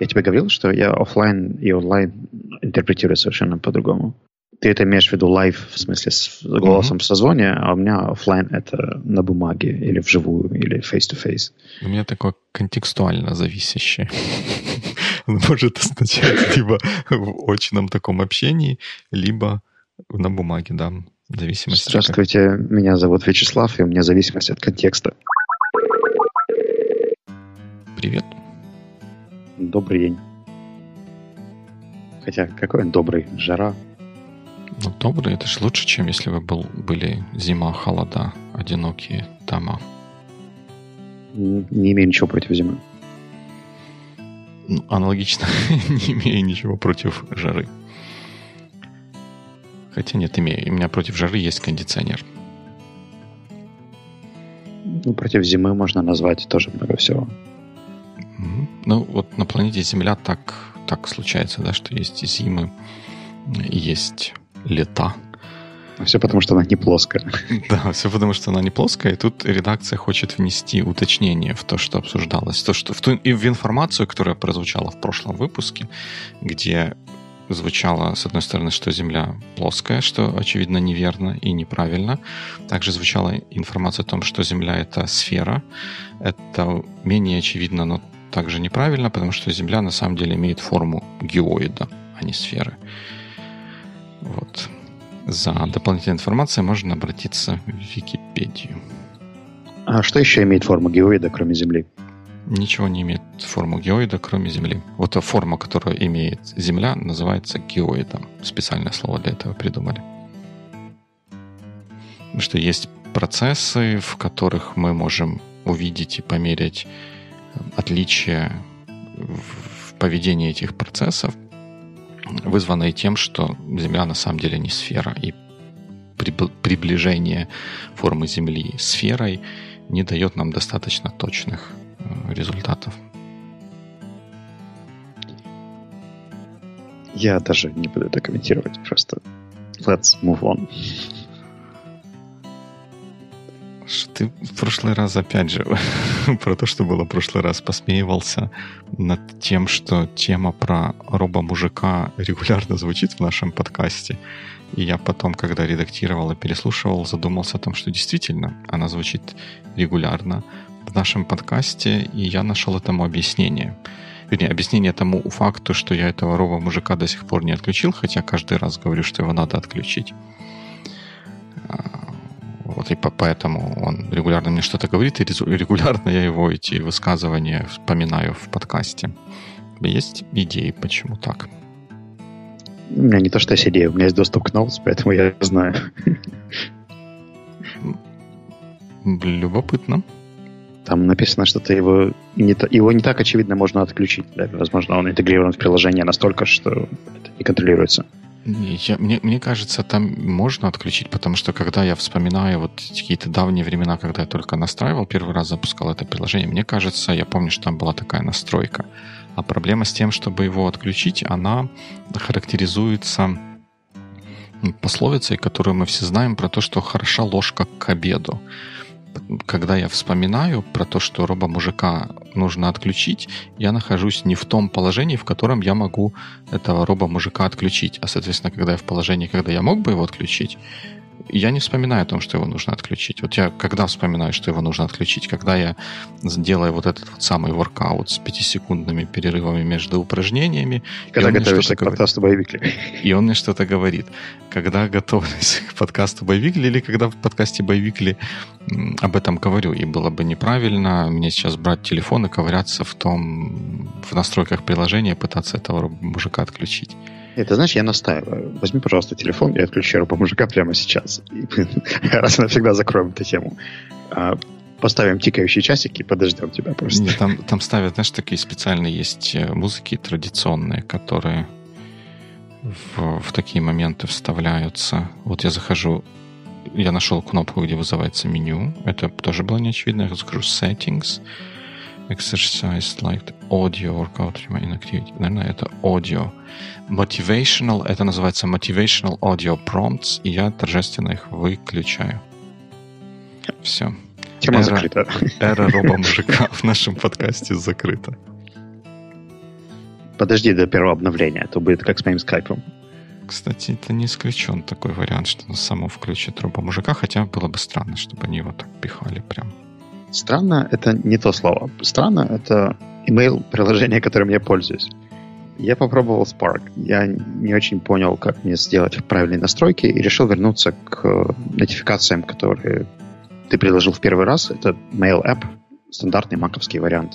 Я тебе говорил, что я офлайн и онлайн интерпретирую совершенно по-другому. Ты это имеешь в виду лайв, в смысле с голосом созвоне, а у меня офлайн это на бумаге или вживую, или face-to-face. У меня такое контекстуально зависящее. Он может означать либо в очном таком общении, либо на бумаге, да, в зависимости. Здравствуйте, меня зовут Вячеслав, и у меня зависимость от контекста. Привет. Добрый день. Хотя, какой он добрый? Жара. Ну, добрый, это же лучше, чем если бы были зима, холода, одинокие дома. Не имею ничего против зимы. Аналогично не имею ничего против жары. Хотя нет, имею. У меня против жары есть кондиционер. Ну, против зимы можно назвать тоже много всего. Ну, вот на планете Земля так случается, да, что есть и зимы, и есть лета. Все потому, что она не плоская. Да, все потому, что она не плоская, и тут редакция хочет внести уточнение в то, что обсуждалось, в информацию, которая прозвучала в прошлом выпуске, где звучало, с одной стороны, что Земля плоская, что, очевидно, неверно и неправильно. Также звучала информация о том, что Земля — это сфера. Это менее очевидно, но также неправильно, потому что Земля на самом деле имеет форму геоида, а не сферы. Вот. За дополнительной информацией можно обратиться в Википедию. А что еще имеет форму геоида, кроме Земли? Ничего не имеет форму геоида, кроме Земли. Вот та форма, которую имеет Земля, называется геоидом. Специальное слово для этого придумали. Потому что есть процессы, в которых мы можем увидеть и померять отличия в поведении этих процессов, вызванные тем, что Земля на самом деле не сфера, и приближение формы Земли сферой не дает нам достаточно точных результатов. Я даже не буду это комментировать, просто let's move on. Ты в прошлый раз, опять же, про то, что было в прошлый раз, посмеивался над тем, что тема про робомужика регулярно звучит в нашем подкасте. И я потом, когда редактировал и переслушивал, задумался о том, что действительно она звучит регулярно в нашем подкасте, и я нашел этому объяснение. Вернее, объяснение тому факту, что я этого робомужика до сих пор не отключил, хотя каждый раз говорю, что его надо отключить. Вот, и поэтому он регулярно мне что-то говорит, и регулярно я его эти высказывания вспоминаю в подкасте. Есть идеи, почему так? У меня не то, что есть идея, у меня есть доступ к Notes, поэтому я знаю. Любопытно. Там написано, что его не так очевидно можно отключить. Да? Возможно, он интегрирован в приложение настолько, что это не контролируется. Мне кажется, там можно отключить, потому что когда я вспоминаю вот какие-то давние времена, когда я только настраивал, первый раз запускал это приложение, мне кажется, я помню, что там была такая настройка. А проблема с тем, чтобы его отключить, она характеризуется пословицей, которую мы все знаем, про то, что хороша ложка к обеду. Когда я вспоминаю про то, что робомужика нужно отключить, я нахожусь не в том положении, в котором я могу этого робомужика отключить. А, соответственно, когда я в положении, когда я мог бы его отключить, я не вспоминаю о том, что его нужно отключить. Вот я когда вспоминаю, что его нужно отключить? Когда я делаю вот этот вот самый воркаут с 5-секундными перерывами между упражнениями. Когда готовишься к подкасту Байвикли. И он мне что-то говорит. Когда готовлюсь к подкасту Байвикли или когда в подкасте Байвикли об этом говорю. И было бы неправильно мне сейчас брать телефон и ковыряться в настройках приложения, пытаться этого мужика отключить. Это, знаешь, я настаиваю. Возьми, пожалуйста, телефон и отключи робомужика прямо сейчас. И раз и навсегда закроем эту тему. Поставим тикающие часики и подождем тебя просто. Нет, там ставят, знаешь, такие специальные есть музыки традиционные, которые в такие моменты вставляются. Вот я захожу, я нашел кнопку, где вызывается меню. Это тоже было неочевидно. Я захожу Settings, Exercise like audio, workout, inactivity. Наверное, это audio. Motivational, это называется Motivational Audio Prompts, и я торжественно их выключаю. Все. Тема закрыта. Эра робомужика в нашем подкасте закрыта. подожди до первого обновления, то будет как с моим скайпом. Кстати, это не исключен такой вариант, что оно само включит труба мужика, хотя было бы странно, чтобы они его так пихали прям. Странно — это не то слово. Странно — это email-приложение, которым я пользуюсь. Я попробовал Spark. Я не очень понял, как мне сделать правильные настройки, и решил вернуться к нотификациям, которые ты предложил в первый раз. Это Mail App, стандартный маковский вариант.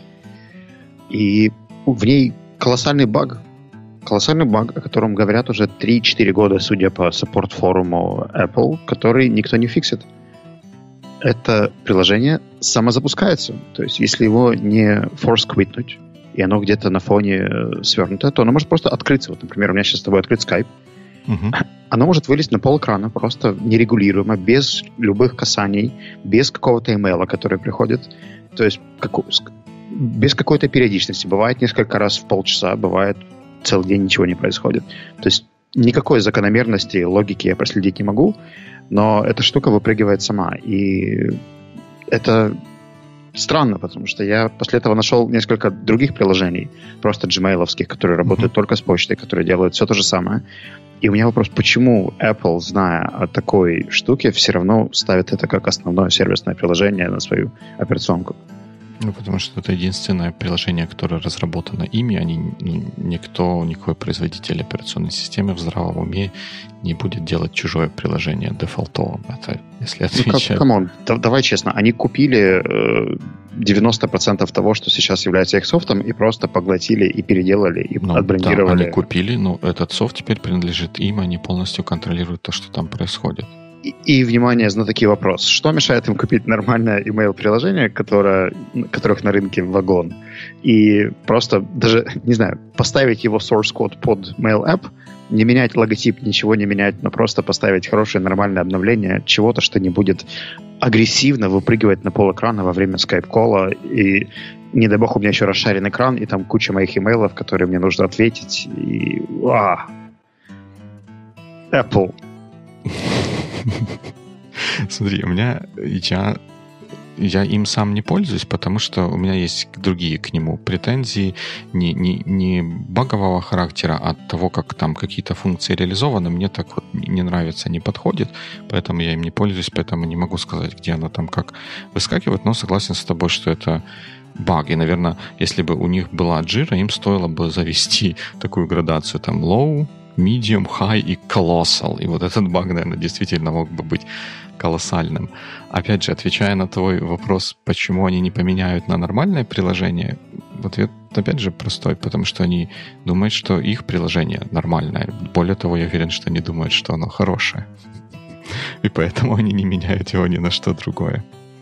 И в ней колоссальный баг, о котором говорят уже 3-4 года, судя по саппорт-форуму Apple, который никто не фиксит. Это приложение самозапускается. То есть, если его не форс-квитнуть, и оно где-то на фоне свернуто, то оно может просто открыться. Вот, например, у меня сейчас с тобой открыт Skype. Оно может вылезть на полэкрана, просто нерегулируемо, без любых касаний, без какого-то имейла, который приходит. То есть, без какой-то периодичности. Бывает несколько раз в полчаса, бывает целый день ничего не происходит. То есть никакой закономерности, логики я проследить не могу, но эта штука выпрыгивает сама. И это странно, потому что я после этого нашел несколько других приложений, просто gmail'овских, которые работают только с почтой, которые делают все то же самое. И у меня вопрос, почему Apple, зная о такой штуке, все равно ставит это как основное сервисное приложение на свою операционку? Ну, потому что это единственное приложение, которое разработано ими, никакой производитель операционной системы в здравом уме не будет делать чужое приложение дефолтовым. Это если отвечать... Давай честно, они купили 90% того, что сейчас является их софтом, и просто поглотили и переделали, и отбрендировали. Да, они купили, но этот софт теперь принадлежит им, они полностью контролируют то, что там происходит. И внимание, знатоки, вопрос. Что мешает им купить нормальное email-приложение, которых на рынке вагон, и просто даже, не знаю, поставить его source code под Mail App, не менять логотип, ничего не менять, но просто поставить хорошее нормальное обновление чего-то, что не будет агрессивно выпрыгивать на полэкрана во время скайп-колла, и не дай бог у меня еще расшарен экран, и там куча моих имейлов, которые мне нужно ответить, и... Apple. Смотри, я им сам не пользуюсь, потому что у меня есть другие к нему претензии не багового характера, а от того, как там какие-то функции реализованы, мне так вот не нравится, не подходит, поэтому я им не пользуюсь, поэтому не могу сказать, где она там как выскакивает, но согласен с тобой, что это баг. И, наверное, если бы у них была Jira, им стоило бы завести такую градацию, там, low, medium, high и colossal. И вот этот баг, наверное, действительно мог бы быть колоссальным. Опять же, отвечая на твой вопрос, почему они не поменяют на нормальное приложение, ответ, опять же, простой, потому что они думают, что их приложение нормальное. Более того, я уверен, что они думают, что оно хорошее. И поэтому они не меняют его ни на что другое.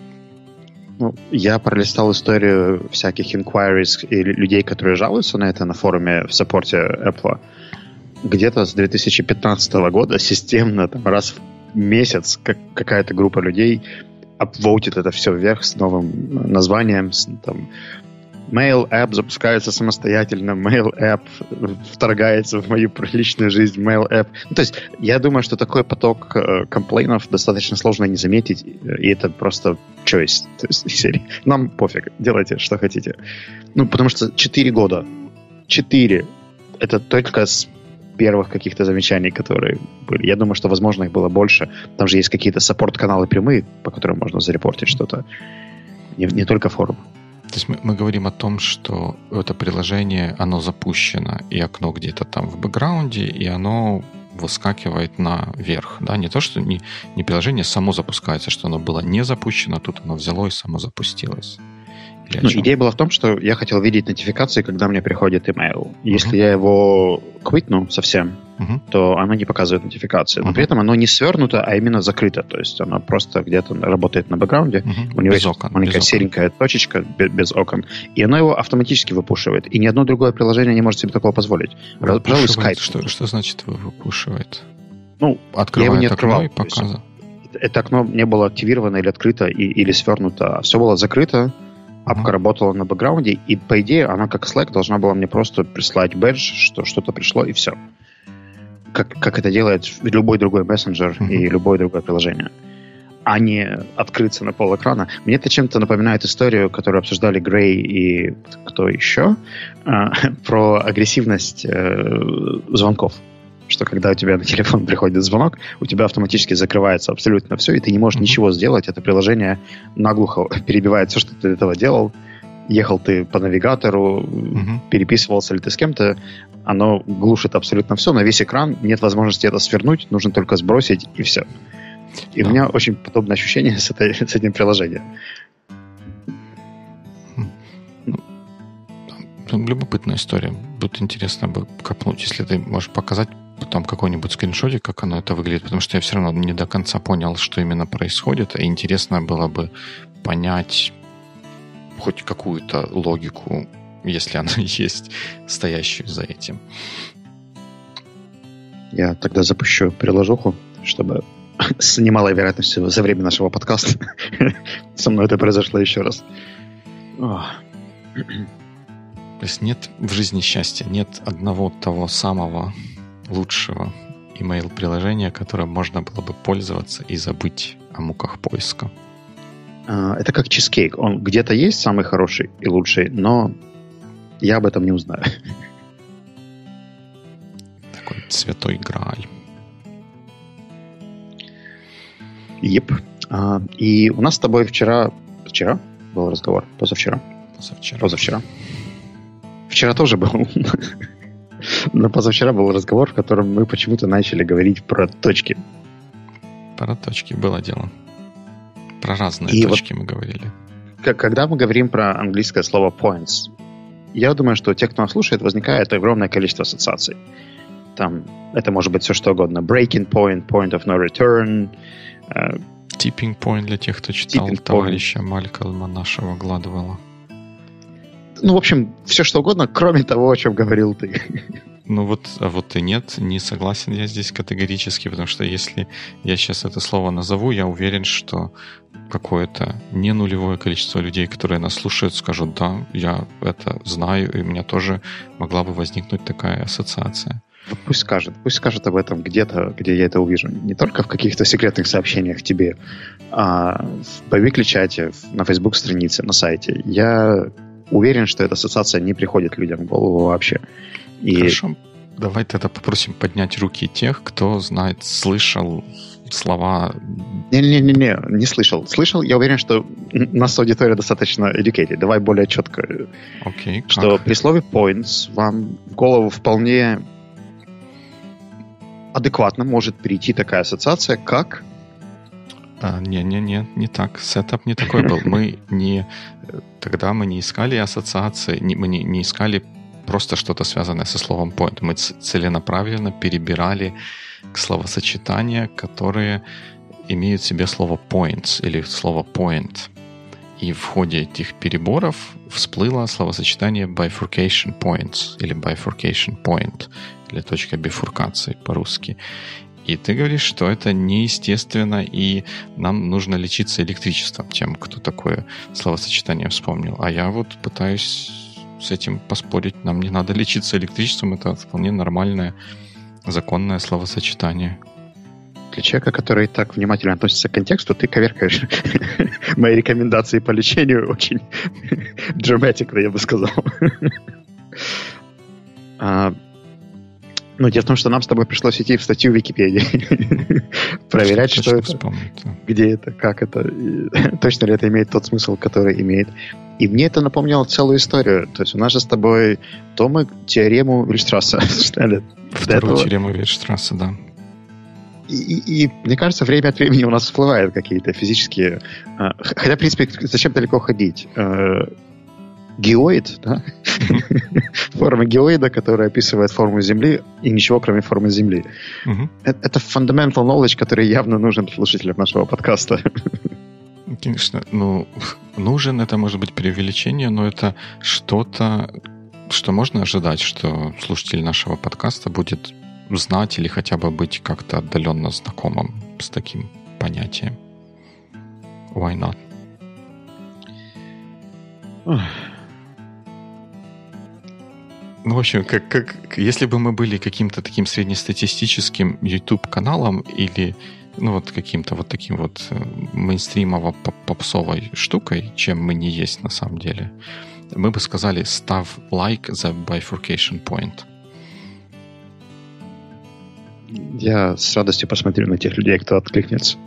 Я пролистал историю всяких inquiries и людей, которые жалуются на это на форуме в саппорте Apple. Где-то с 2015 года системно там, раз в месяц какая-то группа людей апвоутит это все вверх с новым названием. Там, Mail App запускается самостоятельно, Mail App вторгается в мою личную жизнь, Mail App. То есть я думаю, что такой поток комплейнов достаточно сложно не заметить, и это просто choice. То есть серии. Нам пофиг, делайте, что хотите. Потому что 4 года. 4. Это только с первых каких-то замечаний, которые были. Я думаю, что, возможно, их было больше. Там же есть какие-то саппорт-каналы прямые, по которым можно зарепортить что-то. Не только форум. То есть мы говорим о том, что это приложение, оно запущено, и окно где-то там в бэкграунде, и оно выскакивает наверх. Да? Не то, что не приложение само запускается, что оно было не запущено, тут оно взяло и само запустилось. Идея была в том, что я хотел видеть нотификации, когда мне приходит email. Если я его квитну совсем, то оно не показывает нотификации. Но при этом оно не свернуто, а именно закрыто. То есть оно просто где-то работает на бэкграунде. У него есть маленькая серенькая точечка без окон. И оно его автоматически выпушивает. И ни одно другое приложение не может себе такого позволить. Пожалуй, Skype. Что значит выпушивает? Открывает, я его не открывал. И показывает. Это окно не было активировано или открыто, или свернуто. Все было закрыто. Апка работала на бэкграунде, и, по идее, она, как Slack, должна была мне просто прислать бэдж, что что-то пришло, и все. Как это делает любой другой мессенджер и любое другое приложение. а не открыться на полэкрана. Мне это чем-то напоминает историю, которую обсуждали Грей и кто еще, про агрессивность звонков. Что когда у тебя на телефон приходит звонок, у тебя автоматически закрывается абсолютно все, и ты не можешь ничего сделать. Это приложение наглухо перебивает все, что ты до этого делал. Ехал ты по навигатору, переписывался ли ты с кем-то, оно глушит абсолютно все, на весь экран, нет возможности это свернуть, нужно только сбросить, и все. И у меня очень подобное ощущение с этим приложением. Любопытная история. Будет интересно бы копнуть, если ты можешь показать потом какой-нибудь скриншотик, как оно это выглядит, потому что я все равно не до конца понял, что именно происходит, и интересно было бы понять хоть какую-то логику, если она есть, стоящую за этим. Я тогда запущу приложуху, чтобы с немалой вероятностью за время нашего подкаста со мной это произошло еще раз. То есть нет в жизни счастья, нет одного того самого лучшего email-приложения, которым можно было бы пользоваться и забыть о муках поиска. Это как чизкейк. Он где-то есть самый хороший и лучший, но я об этом не узнаю. Такой святой грааль. Еп. И у нас с тобой вчера был разговор? Позавчера. Вчера тоже был. Но позавчера был разговор, в котором мы почему-то начали говорить про точки. Про точки было дело. Про разные точки мы говорили. Когда мы говорим про английское слово points, я думаю, что у тех, кто нас слушает, возникает огромное количество ассоциаций. Там это может быть все что угодно. Breaking point, point of no return. Tipping point для тех, кто читал товарища Малькольма нашего Гладвелла. Ну, в общем, все что угодно, кроме того, о чем говорил ты. Ну вот и нет, не согласен я здесь категорически, потому что если я сейчас это слово назову, я уверен, что какое-то не нулевое количество людей, которые нас слушают, скажут, да, я это знаю, и у меня тоже могла бы возникнуть такая ассоциация. Пусть скажет об этом где-то, где я это увижу. Не только в каких-то секретных сообщениях тебе, а в Weekly-чате, на Facebook-странице, на сайте. Я уверен, что эта ассоциация не приходит людям в голову вообще. Хорошо. Давай тогда попросим поднять руки тех, кто знает, слышал слова... Не слышал. Слышал, я уверен, что у нас аудитория достаточно educated. Давай более четко. Окей, что при слове points вам в голову вполне адекватно может перейти такая ассоциация, как... Не так. Сетап не такой был. Тогда мы не искали ассоциации, мы не искали просто что-то связанное со словом point. Мы целенаправленно перебирали словосочетания, которые имеют в себе слово points или слово point. И в ходе этих переборов всплыло словосочетание bifurcation points или bifurcation point или точка бифуркации по-русски. И ты говоришь, что это неестественно, и нам нужно лечиться электричеством, тем, кто такое словосочетание вспомнил. А я вот пытаюсь с этим поспорить. Нам не надо лечиться электричеством, это вполне нормальное, законное словосочетание. Для человека, который так внимательно относится к контексту, ты коверкаешь мои рекомендации по лечению очень dramatically, я бы сказал. Ну, дело в том, что нам с тобой пришлось идти в статью в Википедии. Проверять, что это, где это, как это, точно ли это имеет тот смысл, который имеет. И мне это напомнило целую историю. То есть у нас же с тобой то мы теорему Вильштрасса читали. Вторую теорему Вильштрасса, да. И мне кажется, время от времени у нас всплывают какие-то физические... Хотя, в принципе, зачем далеко ходить? Геоид, да? Форма геоида, которая описывает форму Земли, и ничего, кроме формы Земли. Это fundamental knowledge, который явно нужен слушателям нашего подкаста. Конечно, нужен, это может быть преувеличение, но это что-то, что можно ожидать, что слушатель нашего подкаста будет знать или хотя бы быть как-то отдаленно знакомым с таким понятием. Why not? Ну, в общем, если бы мы были каким-то таким среднестатистическим YouTube-каналом или ну, вот каким-то вот таким вот мейнстримово-попсовой штукой, чем мы не есть на самом деле, мы бы сказали, ставь лайк за Bifurcation Point. Я с радостью посмотрю на тех людей, кто откликнется.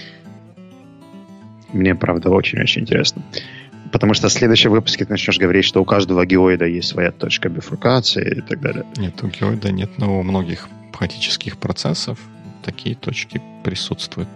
Мне, правда, очень-очень интересно. Потому что в следующем выпуске ты начнешь говорить, что у каждого геоида есть своя точка бифуркации и так далее. Нет, у геоида нет, но у многих хаотических процессов такие точки присутствуют.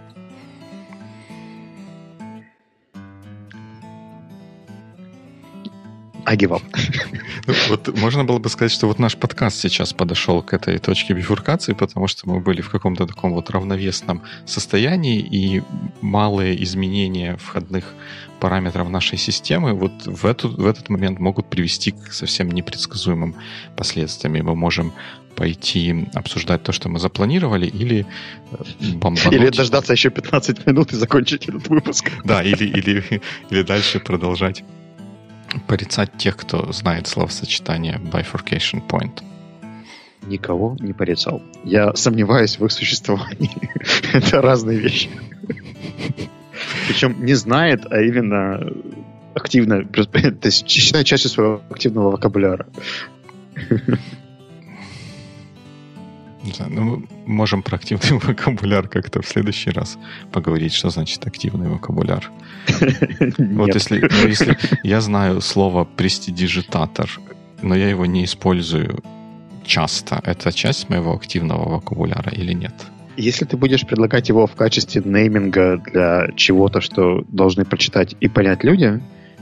I give up. Вот можно было бы сказать, что вот наш подкаст сейчас подошел к этой точке бифуркации, потому что мы были в каком-то таком вот равновесном состоянии, и малые изменения входных параметров нашей системы вот в этот момент могут привести к совсем непредсказуемым последствиям. И мы можем пойти обсуждать то, что мы запланировали, или бомбануть. Или дождаться еще 15 минут и закончить этот выпуск. Да, или дальше продолжать порицать тех, кто знает словосочетание bifurcation point. Никого не порицал. Я сомневаюсь в их существовании. Это разные вещи. Причем не знает, а именно активно, то есть считает частью своего активного вокабуляра. Да, ну, мы можем про активный вокабуляр как-то в следующий раз поговорить, что значит активный вокабуляр. Вот если я знаю слово престидижитатор, но я его не использую часто, это часть моего активного вокабуляра или нет? Если ты будешь предлагать его в качестве нейминга для чего-то, что должны прочитать и понять люди,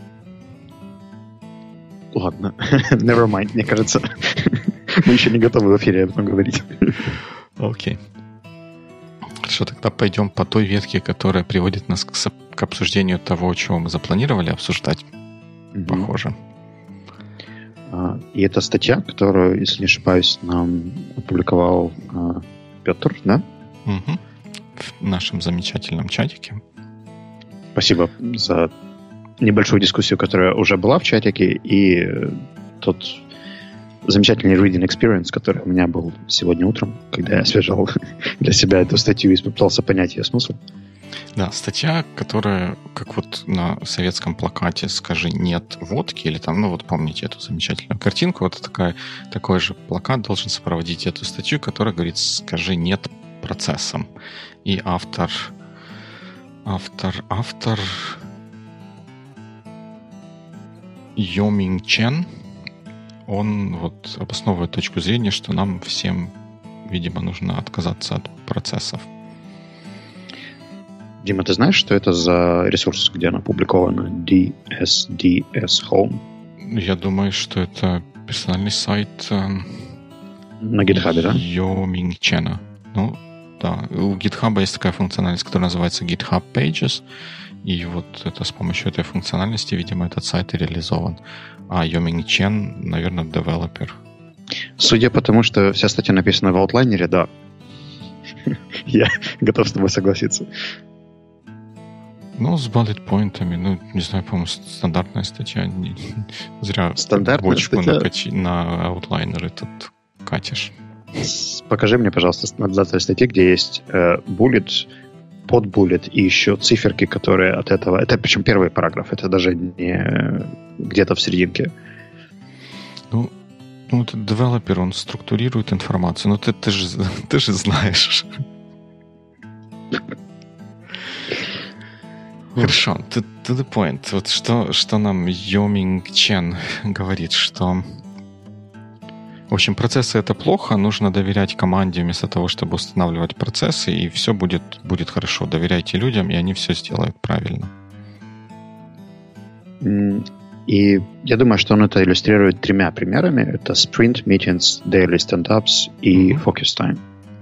ладно, never mind, мне кажется. Мы еще не готовы в эфире об этом говорить. Окей. Хорошо, тогда пойдем по той ветке, которая приводит нас к обсуждению того, чего мы запланировали обсуждать. Похоже. И это статья, которую, если не ошибаюсь, нам опубликовал Петр, да? Угу. В нашем замечательном чатике. Спасибо за небольшую дискуссию, которая уже была в чатике, и тот замечательный reading experience, который у меня был сегодня утром, когда я освежал для себя эту статью и попытался понять ее смысл. Да, статья, которая, как вот на советском плакате «Скажи нет водки», или там, ну вот помните эту замечательную картинку, вот такой же плакат должен сопроводить эту статью, которая говорит «Скажи нет процессам». И автор Йоминг Чен, он вот обосновывает точку зрения, что нам всем, видимо, нужно отказаться от процессов. Дима, ты знаешь, что это за ресурс, где она опубликована? DSDS Home? Я думаю, что это персональный сайт на GitHub, да? Йоминг Чена. Ну, да. У GitHub есть такая функциональность, которая называется GitHub Pages. И вот это с помощью этой функциональности, видимо, этот сайт и реализован. А Йоминг Чен, наверное, девелопер. Судя по тому, что вся статья написана в аутлайнере, да. Я готов с тобой согласиться. Ну, с bullet-поинтами, ну, не знаю, по-моему, стандартная статья. Зря бочку на аутлайнеры тут катишь. Покажи мне, пожалуйста, абзац статьи, где есть bullet, подбуллет и еще циферки, которые от этого... Это причем первый параграф, это даже не где-то в серединке. Ну этот девелопер, он структурирует информацию. Ну, ты же знаешь. Хорошо, to the point. Вот что нам Йоминг Чен говорит, что... В общем, процессы — это плохо, нужно доверять команде вместо того, чтобы устанавливать процессы, и все будет хорошо. Доверяйте людям, и они все сделают правильно. И я думаю, что он это иллюстрирует 3 примерами. Это Sprint Meetings, Daily Stand-Ups и Focus Time.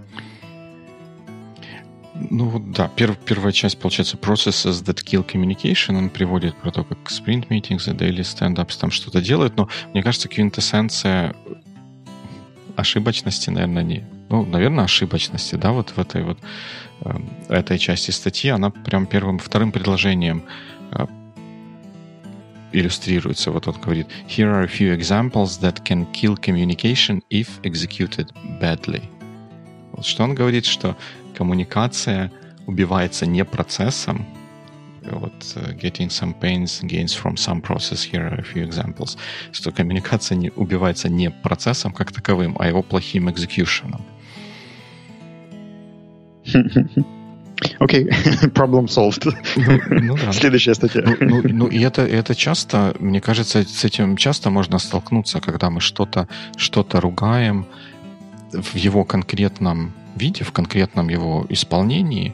Ну вот да, первая часть, получается, Processes that kill communication. Он приводит про то, как Sprint Meetings и Daily Stand-Ups там что-то делают, но мне кажется, квинтэссенция ошибочности, наверное, не... Ну, наверное, ошибочности, да, вот в этой части статьи, она прям вторым предложением иллюстрируется. Вот он говорит, here are a few examples that can kill communication if executed badly. Вот что он говорит, что коммуникация убивается не процессом. Вот getting some gains from some process, here are a few examples. Что коммуникация не убивается не процессом как таковым, а его плохим экзекьюшеном. Окей, problem solved. Ну да. Следующая статья. Ну и это часто, мне кажется, с этим часто можно столкнуться, когда мы что-то ругаем в его конкретном виде, в конкретном его исполнении,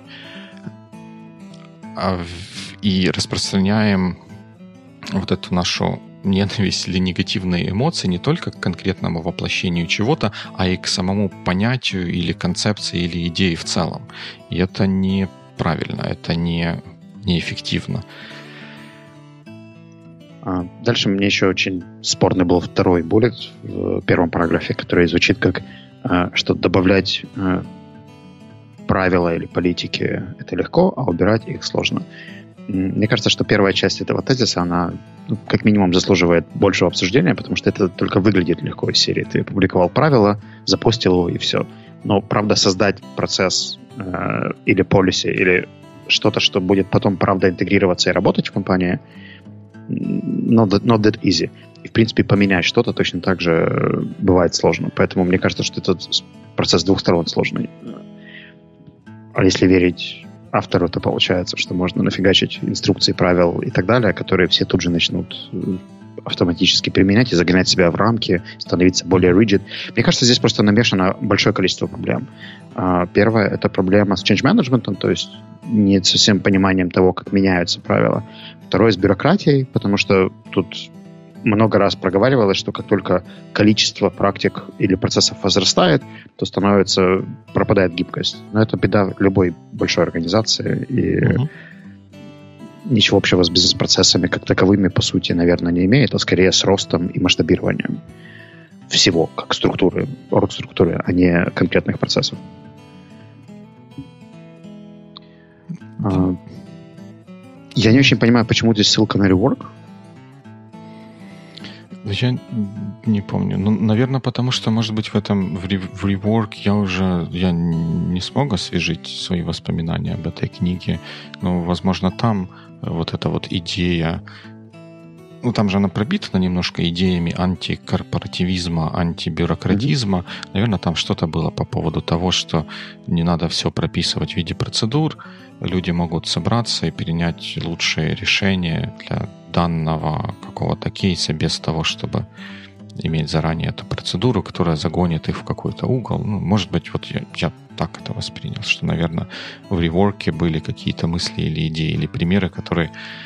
и распространяем вот эту нашу ненависть или негативные эмоции не только к конкретному воплощению чего-то, а и к самому понятию или концепции или идее в целом. И это неправильно, это неэффективно. Дальше мне еще очень спорный был второй буллет в первом параграфе, который звучит как, что добавлять правила или политики — это легко, а убирать их сложно. Мне кажется, что первая часть этого тезиса, она как минимум заслуживает большего обсуждения, потому что это только выглядит легко из серии. Ты опубликовал правила, запустил его и все. Но, правда, создать процесс или policy, или что-то, что будет потом, правда, интегрироваться и работать в компании, not that easy. И, в принципе, поменять что-то точно так же бывает сложно. Поэтому мне кажется, что этот процесс с двух сторон сложный. А если верить автору, то получается, что можно нафигачить инструкции, правил и так далее, которые все тут же начнут автоматически применять и загонять себя в рамки, становиться более rigid. Мне кажется, здесь просто намешано большое количество проблем. Первое — это проблема с change management, то есть не совсем пониманием того, как меняются правила. Второе — с бюрократией, потому что тут много раз проговаривалось, что как только количество практик или процессов возрастает, то пропадает гибкость. Но это беда любой большой организации, и ничего общего с бизнес-процессами как таковыми, по сути, наверное, не имеет, а скорее с ростом и масштабированием всего, как структуры, орг-структуры, а не конкретных процессов. Я не очень понимаю, почему здесь ссылка на rework. Я не помню. Ну, наверное, потому что, может быть, в rework я не смог освежить свои воспоминания об этой книге. Но, возможно, там вот эта вот идея, ну, там же она пропитана немножко идеями антикорпоративизма, антибюрократизма. Наверное, там что-то было по поводу того, что не надо все прописывать в виде процедур. Люди могут собраться и перенять лучшие решения для данного какого-то кейса без того, чтобы иметь заранее эту процедуру, которая загонит их в какой-то угол. Ну, может быть, вот я так это воспринял, что, наверное, в реворке были какие-то мысли или идеи, или примеры, которые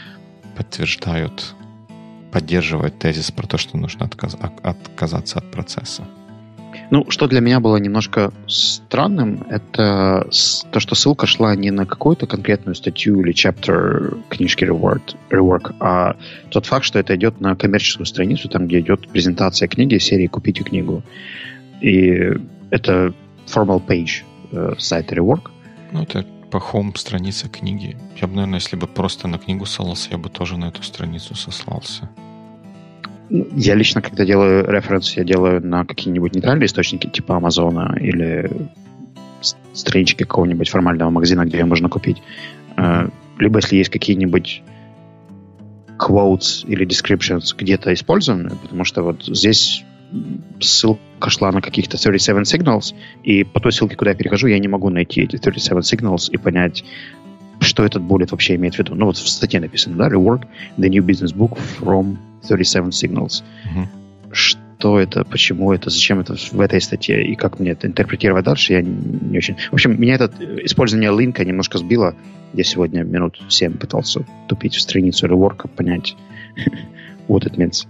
поддерживают тезис про то, что нужно отказаться от процесса. Ну, что для меня было немножко странным, это то, что ссылка шла не на какую-то конкретную статью или chapter книжки Rework, а тот факт, что это идет на коммерческую страницу, там, где идет презентация книги, серии «Купите книгу». И это formal page сайта Rework. Ну, это по home странице книги. Я бы, наверное, если бы просто на книгу ссылался, я бы тоже на эту страницу сослался. Я лично, когда делаю референс, я делаю на какие-нибудь нейтральные источники, типа Амазона или странички какого-нибудь формального магазина, где ее можно купить. Либо если есть какие-нибудь quotes или descriptions где-то использованы, потому что вот здесь ссылка шла на каких-то 37 signals, и по той ссылке, куда я перехожу, я не могу найти эти 37 signals и понять, что этот буллет вообще имеет в виду. Ну вот в статье написано, да, Rework, the new business book from 37 signals. Что это, почему это, зачем это в этой статье, и как мне это интерпретировать дальше, я не очень... В общем, меня это использование линка немножко сбило. Я сегодня минут 7 пытался тупить в страницу Rework, понять what it means.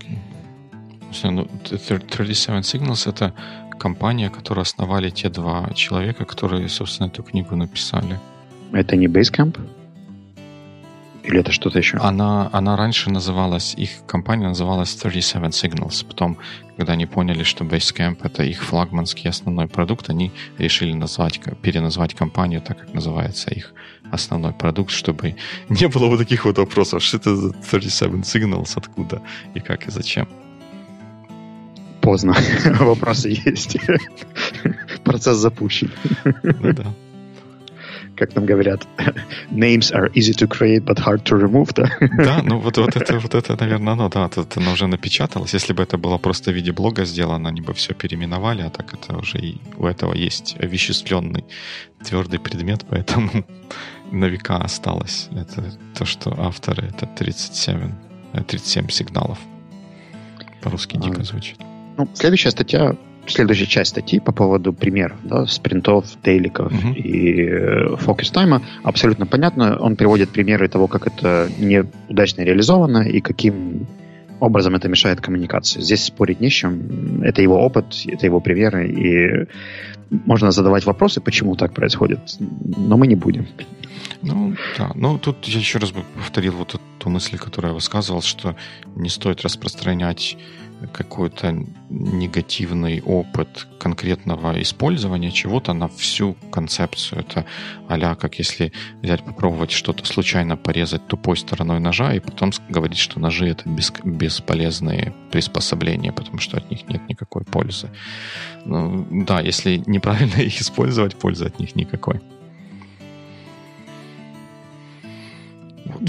37 Signals — это компания, которую основали те два человека, которые, собственно, эту книгу написали. Это не Basecamp? Или это что-то еще? Она раньше называлась, их компания называлась 37 Signals. Потом, когда они поняли, что Basecamp — это их флагманский основной продукт, они решили переназвать компанию так, как называется их основной продукт, чтобы не было вот таких вот вопросов, что это за 37 Signals, откуда и как и зачем. Поздно. Вопросы есть. Процесс запущен. Ну да. Как нам говорят, names are easy to create, but hard to remove, да? Да, ну вот это, наверное, оно, да, тут оно уже напечаталось. Если бы это было просто в виде блога сделано, они бы все переименовали, а так это уже и у этого есть овеществленный твердый предмет, поэтому на века осталось. Это то, что авторы, это 37 сигналов. По-русски дико звучит. Ну, следующая часть статьи по поводу примеров, да, спринтов, дейликов и фокус-тайма абсолютно понятно. Он приводит примеры того, как это неудачно реализовано и каким образом это мешает коммуникации. Здесь спорить не с чем. Это его опыт, это его примеры, и можно задавать вопросы, почему так происходит, но мы не будем. Ну, да. Ну, тут я еще раз бы повторил вот эту мысль, которую я высказывал, что не стоит распространять какой-то негативный опыт конкретного использования чего-то на всю концепцию. Это а-ля, как если взять, попробовать что-то случайно порезать тупой стороной ножа и потом говорить, что ножи — это бесполезные приспособления, потому что от них нет никакой пользы. Ну, да, если неправильно их использовать, пользы от них никакой. Вот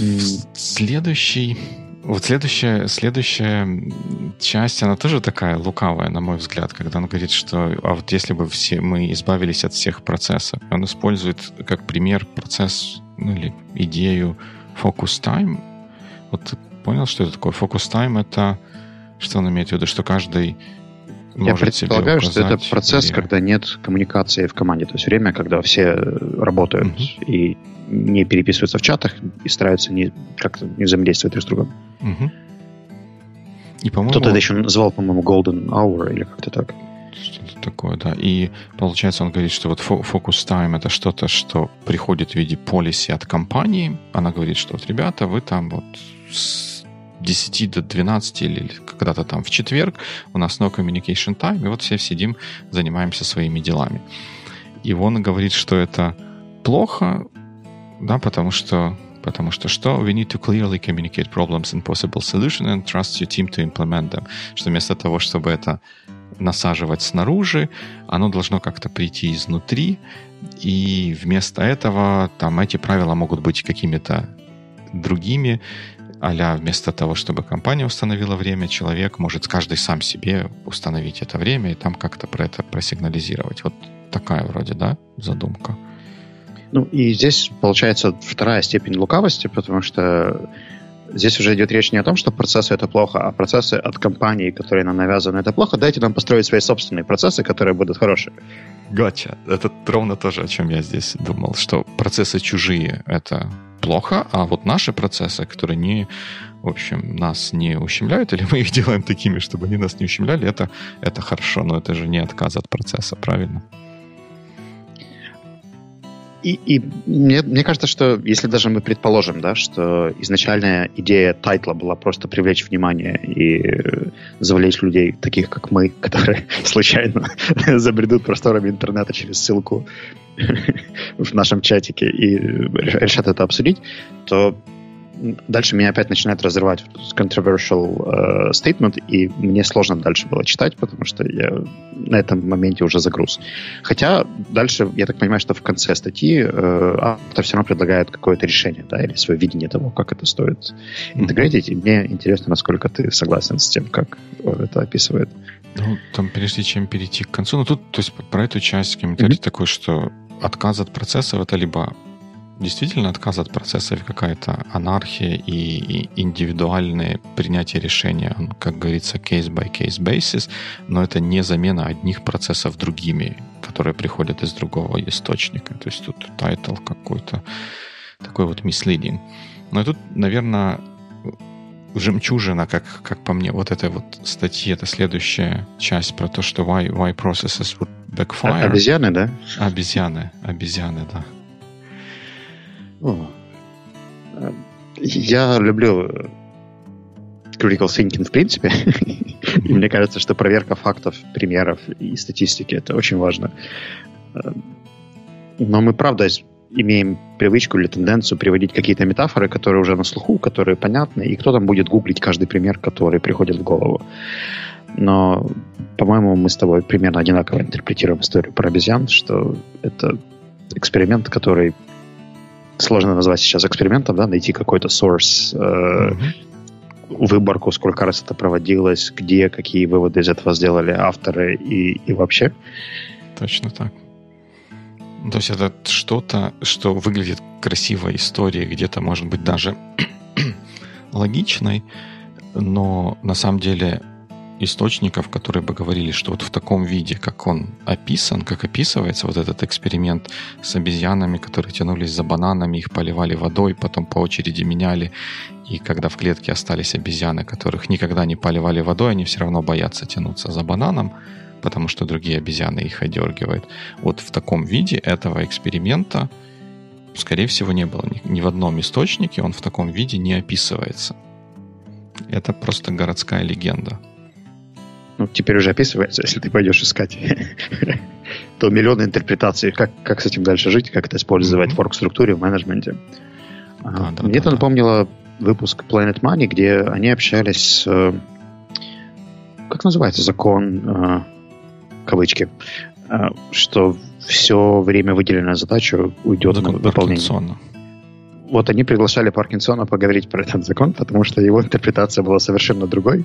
следующая часть, она тоже такая лукавая, на мой взгляд, когда он говорит, что а вот если бы мы избавились от всех процессов, он использует как пример процесс, ну или идею focus time. Вот ты понял, что это такое? Focus time — это что он имеет в виду? Что каждый может себе указать. Я предполагаю, что это процесс, когда нет коммуникации в команде. То есть время, когда все работают и не переписываются в чатах и стараются как-то не взаимодействовать друг с другом. И, по-моему, кто-то это еще называл, по-моему, Golden Hour или как-то так. Что-то такое, да. И получается, он говорит, что вот focus time — это что-то, что приходит в виде policy от компании. Она говорит, что вот, ребята, вы там вот с 10 до 12 или когда-то там в четверг у нас no communication time, и вот все сидим, занимаемся своими делами. И он говорит, что это плохо, да, потому что что? We need to clearly communicate problems and possible solutions and trust your team to implement them. Что вместо того, чтобы это насаживать снаружи, оно должно как-то прийти изнутри, и вместо этого там эти правила могут быть какими-то другими, а-ля вместо того, чтобы компания установила время, человек может каждый сам себе установить это время и там как-то про это просигнализировать. Вот такая вроде, да, задумка. Ну, и здесь получается вторая степень лукавости, потому что здесь уже идет речь не о том, что процессы — это плохо, а процессы от компании, которые нам навязаны, это плохо. Дайте нам построить свои собственные процессы, которые будут хорошие. Гача. Это ровно то же, о чем я здесь думал, что процессы чужие — это плохо, а вот наши процессы, которые нас не ущемляют, или мы их делаем такими, чтобы они нас не ущемляли, это хорошо, но это же не отказ от процесса, правильно? И мне кажется, что если даже мы предположим, да, что изначальная идея тайтла была просто привлечь внимание и завлечь людей, таких как мы, которые случайно забредут просторами интернета через ссылку в нашем чатике и решат это обсудить, то дальше меня опять начинает разрывать controversial statement, и мне сложно дальше было читать, потому что я на этом моменте уже загруз. Хотя дальше, я так понимаю, что в конце статьи автор все равно предлагает какое-то решение, да, или свое видение того, как это стоит интегрировать. И мне интересно, насколько ты согласен с тем, как он это описывает. Ну, там, прежде чем перейти к концу, тут, то есть, про эту часть комментарий такой, что отказ от процессов — это либо действительно отказ от процессов, какая-то анархия и индивидуальное принятие решения, как говорится, case-by-case basis, но это не замена одних процессов другими, которые приходят из другого источника. То есть тут тайтл какой-то такой вот misleading. Но тут, наверное, жемчужина, как по мне, вот этой вот статьи, это следующая часть про то, что why processes would backfire. Обезьяны, да? Обезьяны, да. Я люблю critical thinking в принципе. И мне кажется, что проверка фактов, примеров и статистики — это очень важно. Но мы, правда, имеем привычку или тенденцию приводить какие-то метафоры, которые уже на слуху, которые понятны, и кто там будет гуглить каждый пример, который приходит в голову. Но, по-моему, мы с тобой примерно одинаково интерпретируем историю про обезьян, что это эксперимент, который сложно назвать сейчас экспериментом, да, найти какой-то source, выборку, сколько раз это проводилось, где, какие выводы из этого сделали авторы и вообще. Точно так. То есть это что-то, что выглядит красивой историей, где-то, может быть, даже логичной, но на самом деле источников, которые бы говорили, что вот в таком виде, как он описан, как описывается вот этот эксперимент с обезьянами, которые тянулись за бананами, их поливали водой, потом по очереди меняли, и когда в клетке остались обезьяны, которых никогда не поливали водой, они все равно боятся тянуться за бананом, потому что другие обезьяны их одергивают. Вот в таком виде этого эксперимента, скорее всего, не было ни в одном источнике, он в таком виде не описывается. Это просто городская легенда. Ну, теперь уже описывается, если ты пойдешь искать, то миллионы интерпретаций, как с этим дальше жить, как это использовать в орг-структуре, в менеджменте. Мне это напомнило выпуск Planet Money, где они общались с... Как называется закон, кавычки, что все время, выделенное задачу, уйдет на выполнение. Вот они приглашали Паркинсона поговорить про этот закон, потому что его интерпретация была совершенно другой.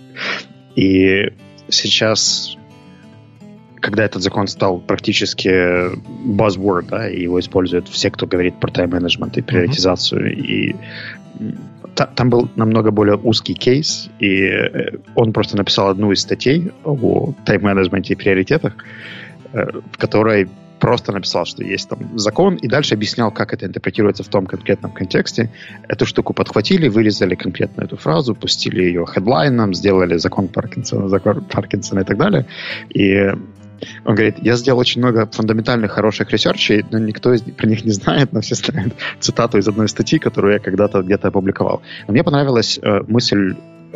И сейчас, когда этот закон стал практически buzzword, да, и его используют все, кто говорит про тайм-менеджмент и приоритизацию, и там был намного более узкий кейс, и он просто написал одну из статей о тайм-менеджменте и приоритетах, в которой просто написал, что есть там закон, и дальше объяснял, как это интерпретируется в том конкретном контексте. Эту штуку подхватили, вырезали конкретно эту фразу, пустили ее хедлайном, сделали закон Паркинсона и так далее. И он говорит, я сделал очень много фундаментальных хороших ресерчей, но никто про них не знает, но все знают цитату из одной статьи, которую я когда-то где-то опубликовал. Но мне понравилась мысль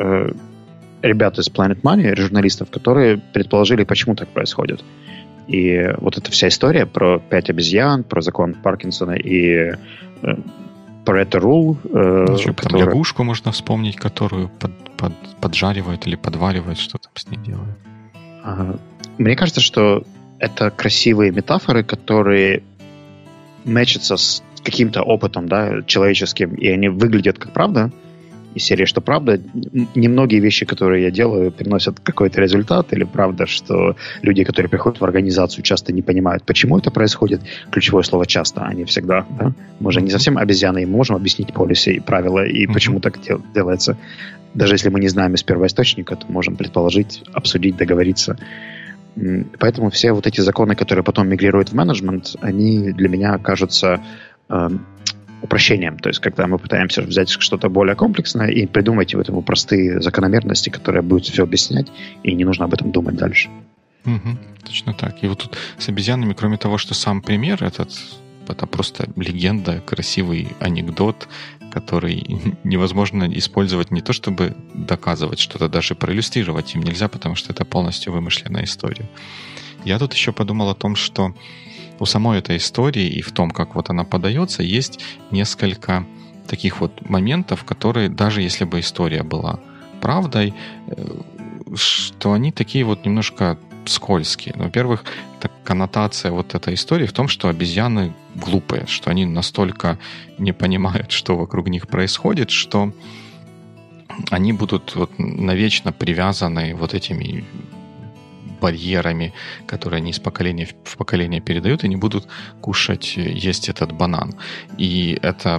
ребят из Planet Money, журналистов, которые предположили, почему так происходит. И вот эта вся история про 5 обезьян, про закон Паркинсона и Pareto Rule. Там лягушку можно вспомнить, которую поджаривают или подваривают, что там с ней делают. Мне кажется, что это красивые метафоры, которые мэчатся с каким-то опытом, да, человеческим, и они выглядят как правда. Из серии, что правда, немногие вещи, которые я делаю, приносят какой-то результат, или правда, что люди, которые приходят в организацию, часто не понимают, почему это происходит. Ключевое слово «часто», а не всегда. Да? Мы же не совсем обезьяны, и мы можем объяснить полисы и правила, и почему так делается. Даже если мы не знаем из первоисточника, то можем предположить, обсудить, договориться. Поэтому все вот эти законы, которые потом мигрируют в менеджмент, они для меня кажутся упрощением. То есть, когда мы пытаемся взять что-то более комплексное и придумать в этом простые закономерности, которые будут все объяснять, и не нужно об этом думать дальше. Точно так. И вот тут с обезьянами, кроме того, что сам пример это просто легенда, красивый анекдот, который невозможно использовать не то, чтобы доказывать что-то, даже проиллюстрировать им нельзя, потому что это полностью вымышленная история. Я тут еще подумал о том, что у самой этой истории и в том, как вот она подается, есть несколько таких вот моментов, которые, даже если бы история была правдой, что они такие вот немножко скользкие. Во-первых, коннотация вот этой истории в том, что обезьяны глупые, что они настолько не понимают, что вокруг них происходит, что они будут вот навечно привязаны вот этими барьерами, которые они из поколения в поколение передают, и не будут есть этот банан. И это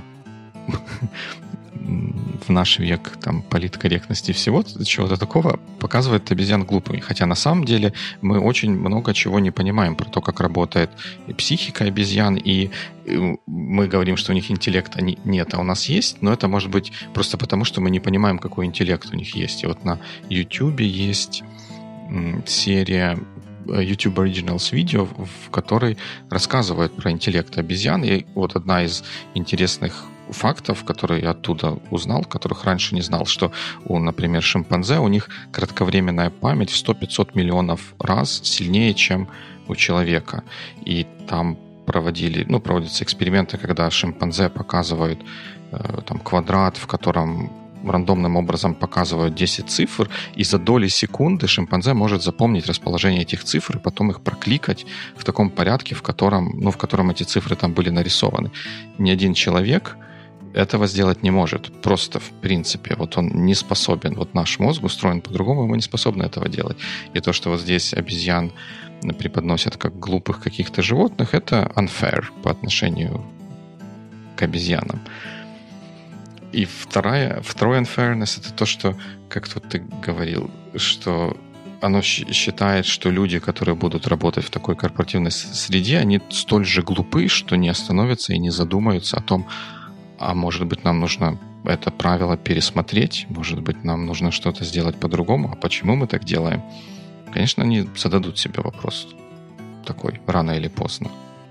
в наш век там, политкорректности всего, чего-то такого показывает обезьян глупыми. Хотя на самом деле мы очень много чего не понимаем про то, как работает и психика обезьян, и мы говорим, что у них интеллекта нет, а у нас есть, но это может быть просто потому, что мы не понимаем, какой интеллект у них есть. И вот на YouTube есть серия YouTube Originals видео, в которой рассказывают про интеллект обезьян. И вот одна из интересных фактов, которые я оттуда узнал, которых раньше не знал, что у, например, шимпанзе, у них кратковременная память в 100-500 миллионов раз сильнее, чем у человека. И там проводятся эксперименты, когда шимпанзе показывают там квадрат, в котором рандомным образом показывают 10 цифр, и за доли секунды шимпанзе может запомнить расположение этих цифр и потом их прокликать в таком порядке, в котором эти цифры там были нарисованы. Ни один человек этого сделать не может. Просто, в принципе, вот он не способен. Вот наш мозг устроен по-другому, мы не способны этого делать. И то, что вот здесь обезьян преподносят как глупых каких-то животных, это unfair по отношению к обезьянам. И второй unfairness — это то, что, как тут ты говорил, что оно считает, что люди, которые будут работать в такой корпоративной среде, они столь же глупы, что не остановятся и не задумаются о том, а может быть, нам нужно это правило пересмотреть, может быть, нам нужно что-то сделать по-другому, а почему мы так делаем? Конечно, они зададут себе вопрос такой, рано или поздно.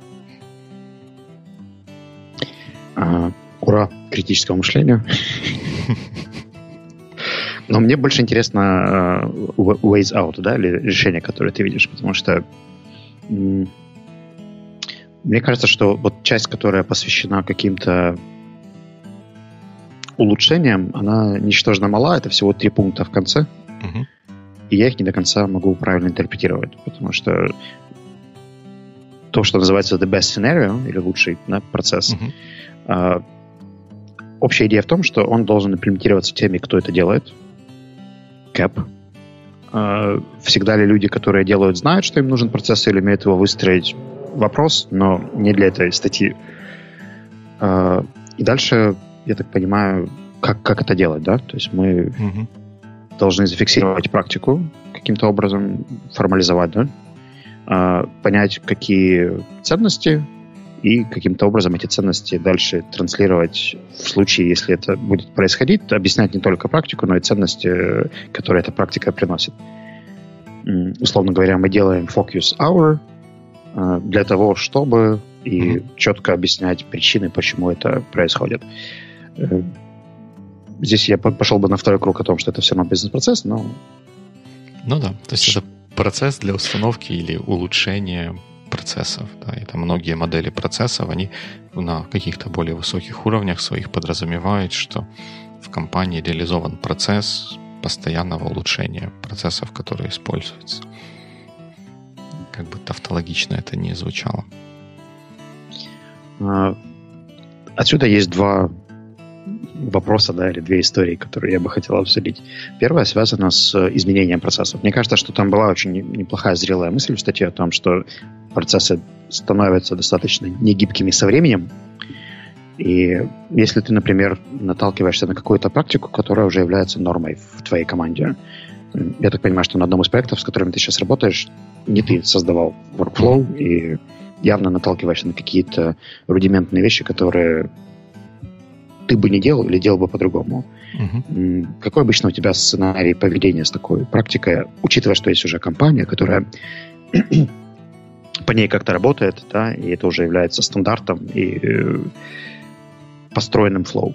Ура критическому мышлению. Но мне больше интересно ways out, да, или решения, которые ты видишь, потому что мне кажется, что вот часть, которая посвящена каким-то улучшениям, она ничтожно мала, это всего 3 пункта в конце, и я их не до конца могу правильно интерпретировать, потому что то, что называется the best scenario, или лучший, да, процесс, общая идея в том, что он должен имплементироваться теми, кто это делает. CAP. Всегда ли люди, которые делают, знают, что им нужен процесс или умеют его выстроить? Вопрос, но не для этой статьи. И дальше, я так понимаю, как это делать, да? То есть мы должны зафиксировать практику каким-то образом, формализовать, да? Понять, какие ценности, и каким-то образом эти ценности дальше транслировать в случае, если это будет происходить, объяснять не только практику, но и ценности, которые эта практика приносит. Условно говоря, мы делаем focus hour для того, чтобы и четко объяснять причины, почему это происходит. Здесь я пошел бы на второй круг о том, что это все равно бизнес-процесс, но... Ну да, то есть это процесс для установки или улучшения процессов. Да, и там многие модели процессов, они на каких-то более высоких уровнях своих подразумевают, что в компании реализован процесс постоянного улучшения процессов, которые используются. Как бы тавтологично это не звучало. Отсюда есть 2 вопроса, да, или 2 истории, которые я бы хотел обсудить. Первая связана с изменением процессов. Мне кажется, что там была очень неплохая зрелая мысль в статье о том, что процессы становятся достаточно негибкими со временем. И если ты, например, наталкиваешься на какую-то практику, которая уже является нормой в твоей команде, я так понимаю, что на одном из проектов, с которыми ты сейчас работаешь, не ты создавал workflow и явно наталкиваешься на какие-то рудиментные вещи, которые ты бы не делал или делал бы по-другому. Какой обычно у тебя сценарий поведения с такой практикой, учитывая, что есть уже компания, которая по ней как-то работает, да, и это уже является стандартом и построенным флоу?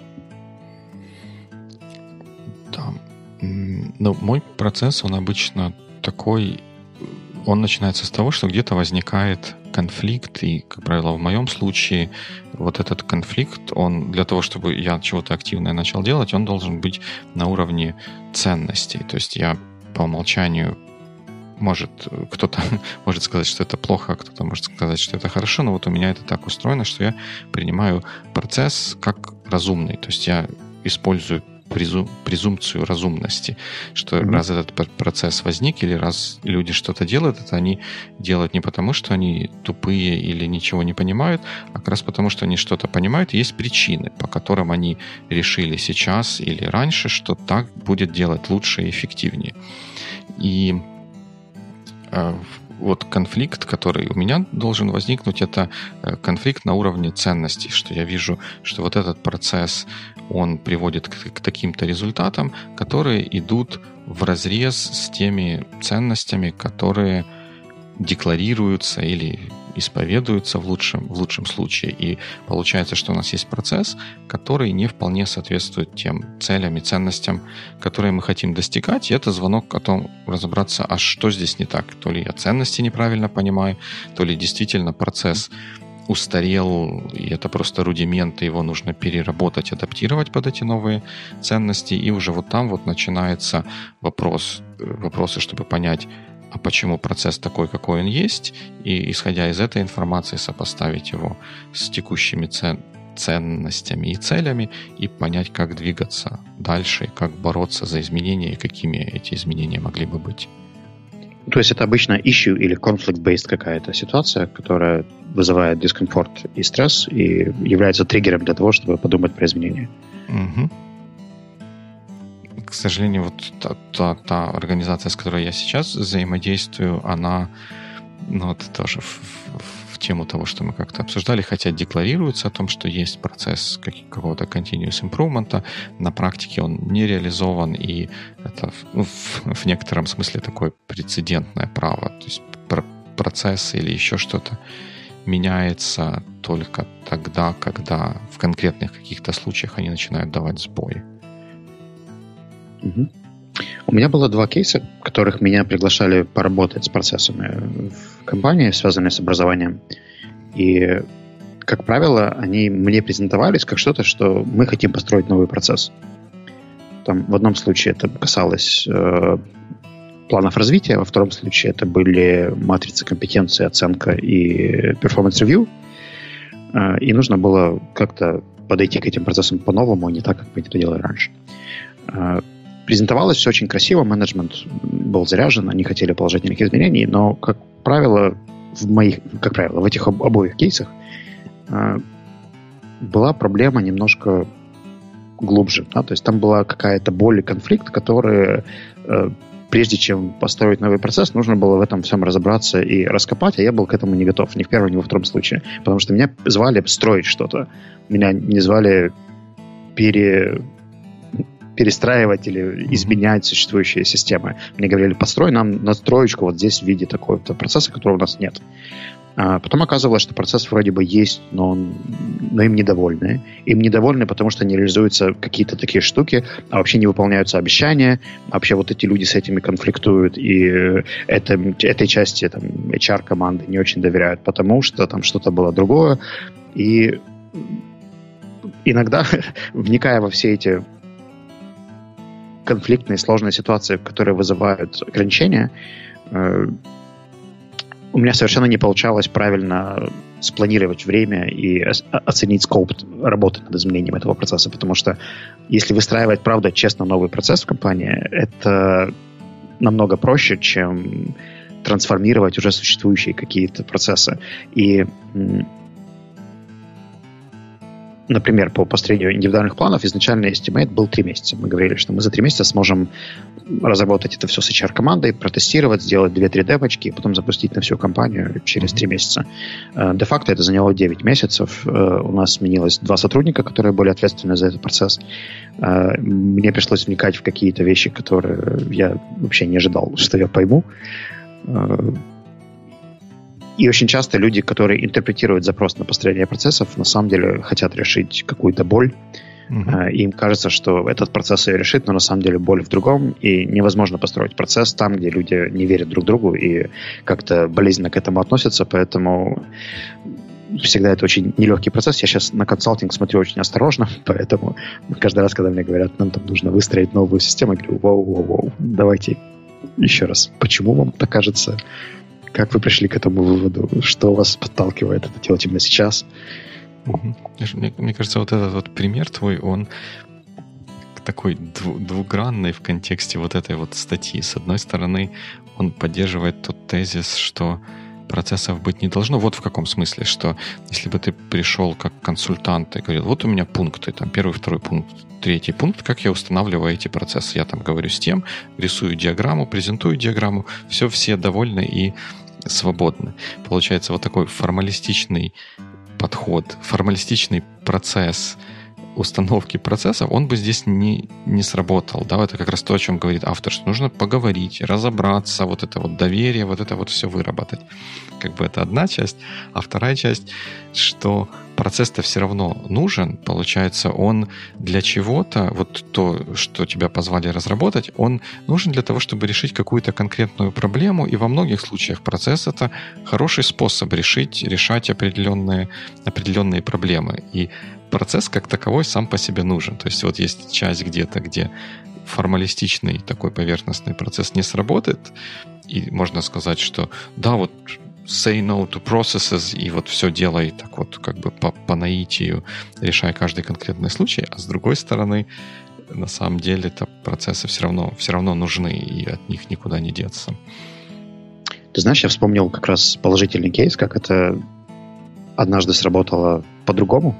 Да. Ну, мой процесс, он обычно такой, он начинается с того, что где-то возникает конфликт, и, как правило, в моем случае вот этот конфликт, он для того, чтобы я чего-то активное начал делать, он должен быть на уровне ценностей. То есть я по умолчанию кто-то может сказать, что это плохо, а кто-то может сказать, что это хорошо, но вот у меня это так устроено, что я принимаю процесс как разумный. То есть я использую презумпцию разумности, что раз этот процесс возник, или раз люди что-то делают, это они делают не потому, что они тупые или ничего не понимают, а как раз потому, что они что-то понимают, и есть причины, по которым они решили сейчас или раньше, что так будет делать лучше и эффективнее. И вот конфликт, который у меня должен возникнуть, это конфликт на уровне ценностей, что я вижу, что вот этот процесс, он приводит к таким-то результатам, которые идут вразрез с теми ценностями, которые декларируются или исповедуются в лучшем случае. И получается, что у нас есть процесс, который не вполне соответствует тем целям и ценностям, которые мы хотим достигать. И это звонок о том, разобраться, а что здесь не так. То ли я ценности неправильно понимаю, то ли действительно процесс устарел, и это просто рудименты, его нужно переработать, адаптировать под эти новые ценности, и уже вот там вот начинается вопросы, чтобы понять, а почему процесс такой, какой он есть, и, исходя из этой информации, сопоставить его с текущими ценностями и целями и понять, как двигаться дальше, как бороться за изменения и какими эти изменения могли бы быть. То есть это обычно issue или conflict-based какая-то ситуация, которая вызывает дискомфорт и стресс и является триггером для того, чтобы подумать про изменения. Угу. К сожалению, вот та организация, с которой я сейчас взаимодействую, она, это тоже в тему того, что мы как-то обсуждали, хотя декларируется о том, что есть процесс какого-то continuous improvement, на практике он не реализован, и это в некотором смысле такое прецедентное право. То есть процесс или еще что-то меняется только тогда, когда в конкретных каких-то случаях они начинают давать сбои. Угу. У меня было 2 кейса, в которых меня приглашали поработать с процессами в компании, связанные с образованием. И, как правило, они мне презентовались как что-то, что мы хотим построить новый процесс. Там, в одном случае это касалось планов развития, во втором случае это были матрицы компетенции, оценка и перформанс-ревью. И нужно было как-то подойти к этим процессам по-новому, а не так, как мы это делали раньше. Презентовалось все очень красиво, менеджмент был заряжен, они хотели положительных изменений, но, как правило, в этих обоих кейсах была проблема немножко глубже. Да? То есть там была какая-то боль и конфликт, который, прежде чем построить новый процесс, нужно было в этом всем разобраться и раскопать, а я был к этому не готов, ни в первом, ни во втором случае. Потому что меня звали строить что-то. Меня не звали перестраивать или изменять существующие системы. Мне говорили, построй нам настроечку вот здесь в виде такого-то процесса, которого у нас нет. Потом оказывалось, что процесс вроде бы есть, но им недовольны. Им недовольны, потому что не реализуются какие-то такие штуки, а вообще не выполняются обещания, а вообще вот эти люди с этими конфликтуют, и этой части там, HR-команды не очень доверяют, потому что там что-то было другое. И иногда, вникая во все эти конфликтные, сложные ситуации, которые вызывают ограничения, у меня совершенно не получалось правильно спланировать время и оценить скоп работы над изменением этого процесса, потому что если выстраивать, правда, честно новый процесс в компании, это намного проще, чем трансформировать уже существующие какие-то процессы. И например, по построению индивидуальных планов изначальный estimate был 3 месяца. Мы говорили, что мы за 3 месяца сможем разработать это все с HR-командой, протестировать, сделать 2-3 демочки и потом запустить на всю компанию через 3 месяца. Де-факто это заняло 9 месяцев. У нас сменилось 2 сотрудника, которые были ответственны за этот процесс. Мне пришлось вникать в какие-то вещи, которые я вообще не ожидал, что я пойму. И очень часто люди, которые интерпретируют запрос на построение процессов, на самом деле хотят решить какую-то боль. И им кажется, что этот процесс ее решит, но на самом деле боль в другом. И невозможно построить процесс там, где люди не верят друг другу и как-то болезненно к этому относятся. Поэтому всегда это очень нелегкий процесс. Я сейчас на консалтинг смотрю очень осторожно, поэтому каждый раз, когда мне говорят, нам там нужно выстроить новую систему, я говорю, воу, давайте еще раз. Почему вам так кажется? Как вы пришли к этому выводу? Что вас подталкивает это делать именно сейчас? Мне кажется, вот этот вот пример твой, он такой двугранный в контексте вот этой вот статьи. С одной стороны, он поддерживает тот тезис, что процессов быть не должно. Вот в каком смысле, что если бы ты пришел как консультант и говорил, вот у меня пункты, там 1, 2 пункт, 3 пункт, как я устанавливаю эти процессы. Я там говорю с тем, рисую диаграмму, презентую диаграмму, все довольны и свободны. Получается вот такой формалистичный подход, формалистичный процесс установки процессов, он бы здесь не сработал. Да? Это как раз то, о чем говорит автор, что нужно поговорить, разобраться, вот это вот доверие, вот это вот все выработать. Как бы это одна часть. А вторая часть, что процесс-то все равно нужен, получается, он для чего-то, вот то, что тебя позвали разработать, он нужен для того, чтобы решить какую-то конкретную проблему, и во многих случаях процесс — это хороший способ решать определенные проблемы. И процесс как таковой сам по себе нужен. То есть вот есть часть где-то, где формалистичный такой поверхностный процесс не сработает, и можно сказать, что да, вот say no to processes, и вот все делай так вот как бы по наитию, решай каждый конкретный случай, а с другой стороны, на самом деле, это процессы все равно нужны, и от них никуда не деться. Ты знаешь, я вспомнил как раз положительный кейс, как это однажды сработало по-другому.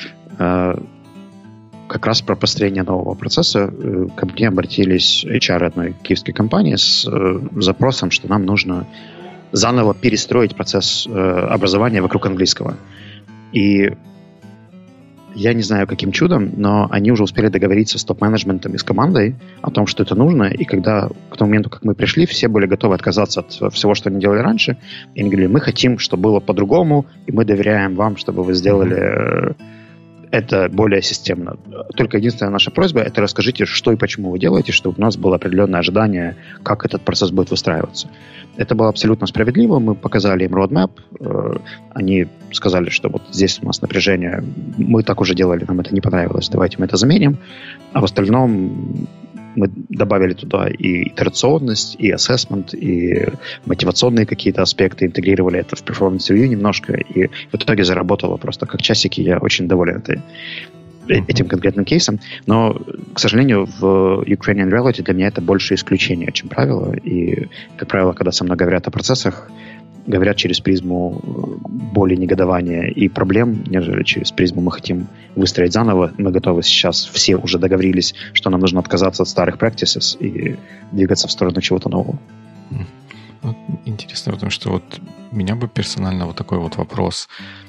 Как раз про построение нового процесса ко мне обратились HR одной киевской компании с запросом, что нам нужно заново перестроить процесс образования вокруг английского. И я не знаю, каким чудом, но они уже успели договориться с топ-менеджментом и с командой о том, что это нужно, и когда к тому моменту, как мы пришли, все были готовы отказаться от всего, что они делали раньше, и они говорили, мы хотим, чтобы было по-другому, и мы доверяем вам, чтобы вы сделали это более системно. Только единственная наша просьба — это расскажите, что и почему вы делаете, чтобы у нас было определенное ожидание, как этот процесс будет выстраиваться. Это было абсолютно справедливо. Мы показали им roadmap. Они сказали, что вот здесь у нас напряжение. Мы так уже делали, нам это не понравилось. Давайте мы это заменим. А в остальном мы добавили туда и итерационность, и assessment, и мотивационные какие-то аспекты, интегрировали это в performance review немножко, и в итоге заработало просто как часики. Я очень доволен этим конкретным кейсом. Но, к сожалению, в Ukrainian Reality для меня это больше исключение, чем правило. И, как правило, когда со мной говорят о процессах, говорят через призму боли, негодования и проблем, нежели через призму мы хотим выстроить заново. Мы готовы сейчас, все уже договорились, что нам нужно отказаться от старых practices и двигаться в сторону чего-то нового. Вот интересно, потому что вот меня бы персонально вот такой вот вопрос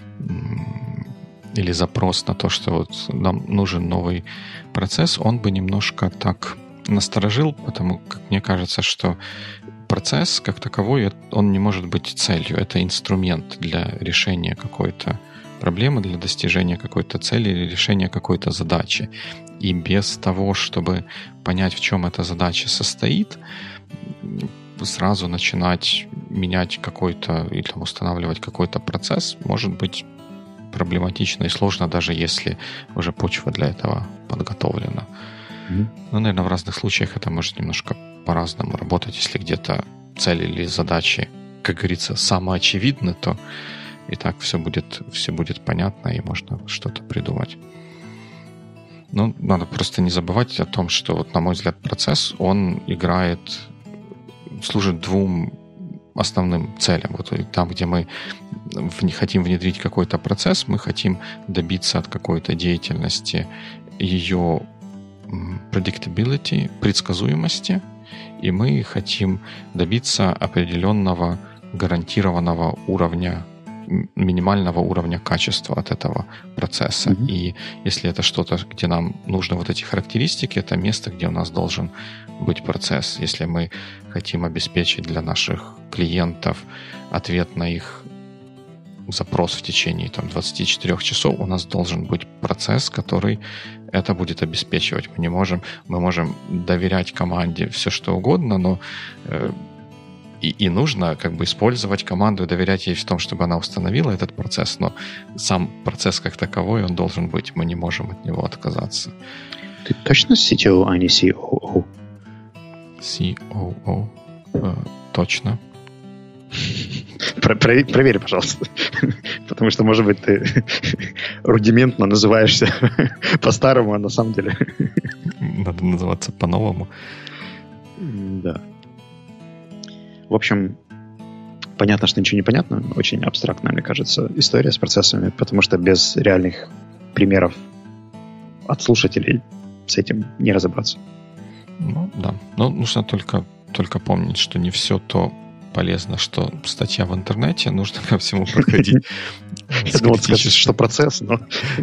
или запрос на то, что вот нам нужен новый процесс, он бы немножко так насторожил, потому как мне кажется, что процесс как таковой, он не может быть целью. Это инструмент для решения какой-то проблемы, для достижения какой-то цели или решения какой-то задачи. И без того, чтобы понять, в чем эта задача состоит, сразу начинать менять какой-то или там, устанавливать какой-то процесс может быть проблематично и сложно, даже если уже почва для этого подготовлена. Ну, наверное, в разных случаях это может немножко по-разному работать. Если где-то цели или задачи, как говорится, самоочевидны, то и так все будет понятно, и можно что-то придумать. Ну, надо просто не забывать о том, что, вот, на мой взгляд, процесс, он служит двум основным целям. Вот там, где мы хотим внедрить какой-то процесс, мы хотим добиться от какой-то деятельности ее predictability, предсказуемости, и мы хотим добиться определенного гарантированного уровня, минимального уровня качества от этого процесса. Mm-hmm. И если это что-то, где нам нужны вот эти характеристики, это место, где у нас должен быть процесс. Если мы хотим обеспечить для наших клиентов ответ на их запрос в течение 24 часов, у нас должен быть процесс, который это будет обеспечивать. Мы можем доверять команде все, что угодно, но и нужно как бы использовать команду и доверять ей в том, чтобы она установила этот процесс, но сам процесс как таковой, он должен быть. Мы не можем от него отказаться. Ты точно CTO, а не COO? COO. Точно. Проверь, пожалуйста. Потому что, может быть, ты рудиментно называешься по-старому, а на самом деле... Надо называться по-новому. Да. В общем, понятно, что ничего не понятно. Очень абстрактная, мне кажется, история с процессами, потому что без реальных примеров от слушателей с этим не разобраться. Ну, да. Но нужно только помнить, что не все то полезно, что статья в интернете, нужно ко всему подходить с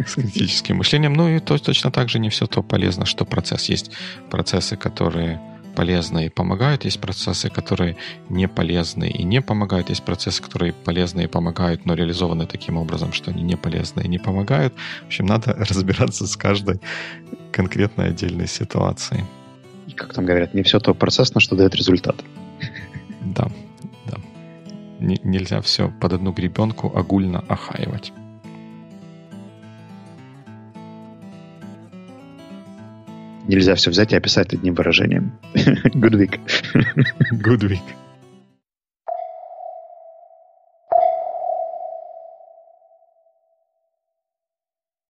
критическим мышлением. Ну и точно так же не все то полезно, что процесс. Есть процессы, которые полезные и помогают, есть процессы, которые не полезны и не помогают, есть процессы, которые полезны и помогают, но реализованы таким образом, что они не полезны и не помогают. В общем, надо разбираться с каждой конкретной отдельной ситуацией. Как там говорят, не все то процессно, что дает результат. Да. Нельзя все под одну гребенку огульно охаивать. Нельзя все взять и описать одним выражением. Good week. Good week.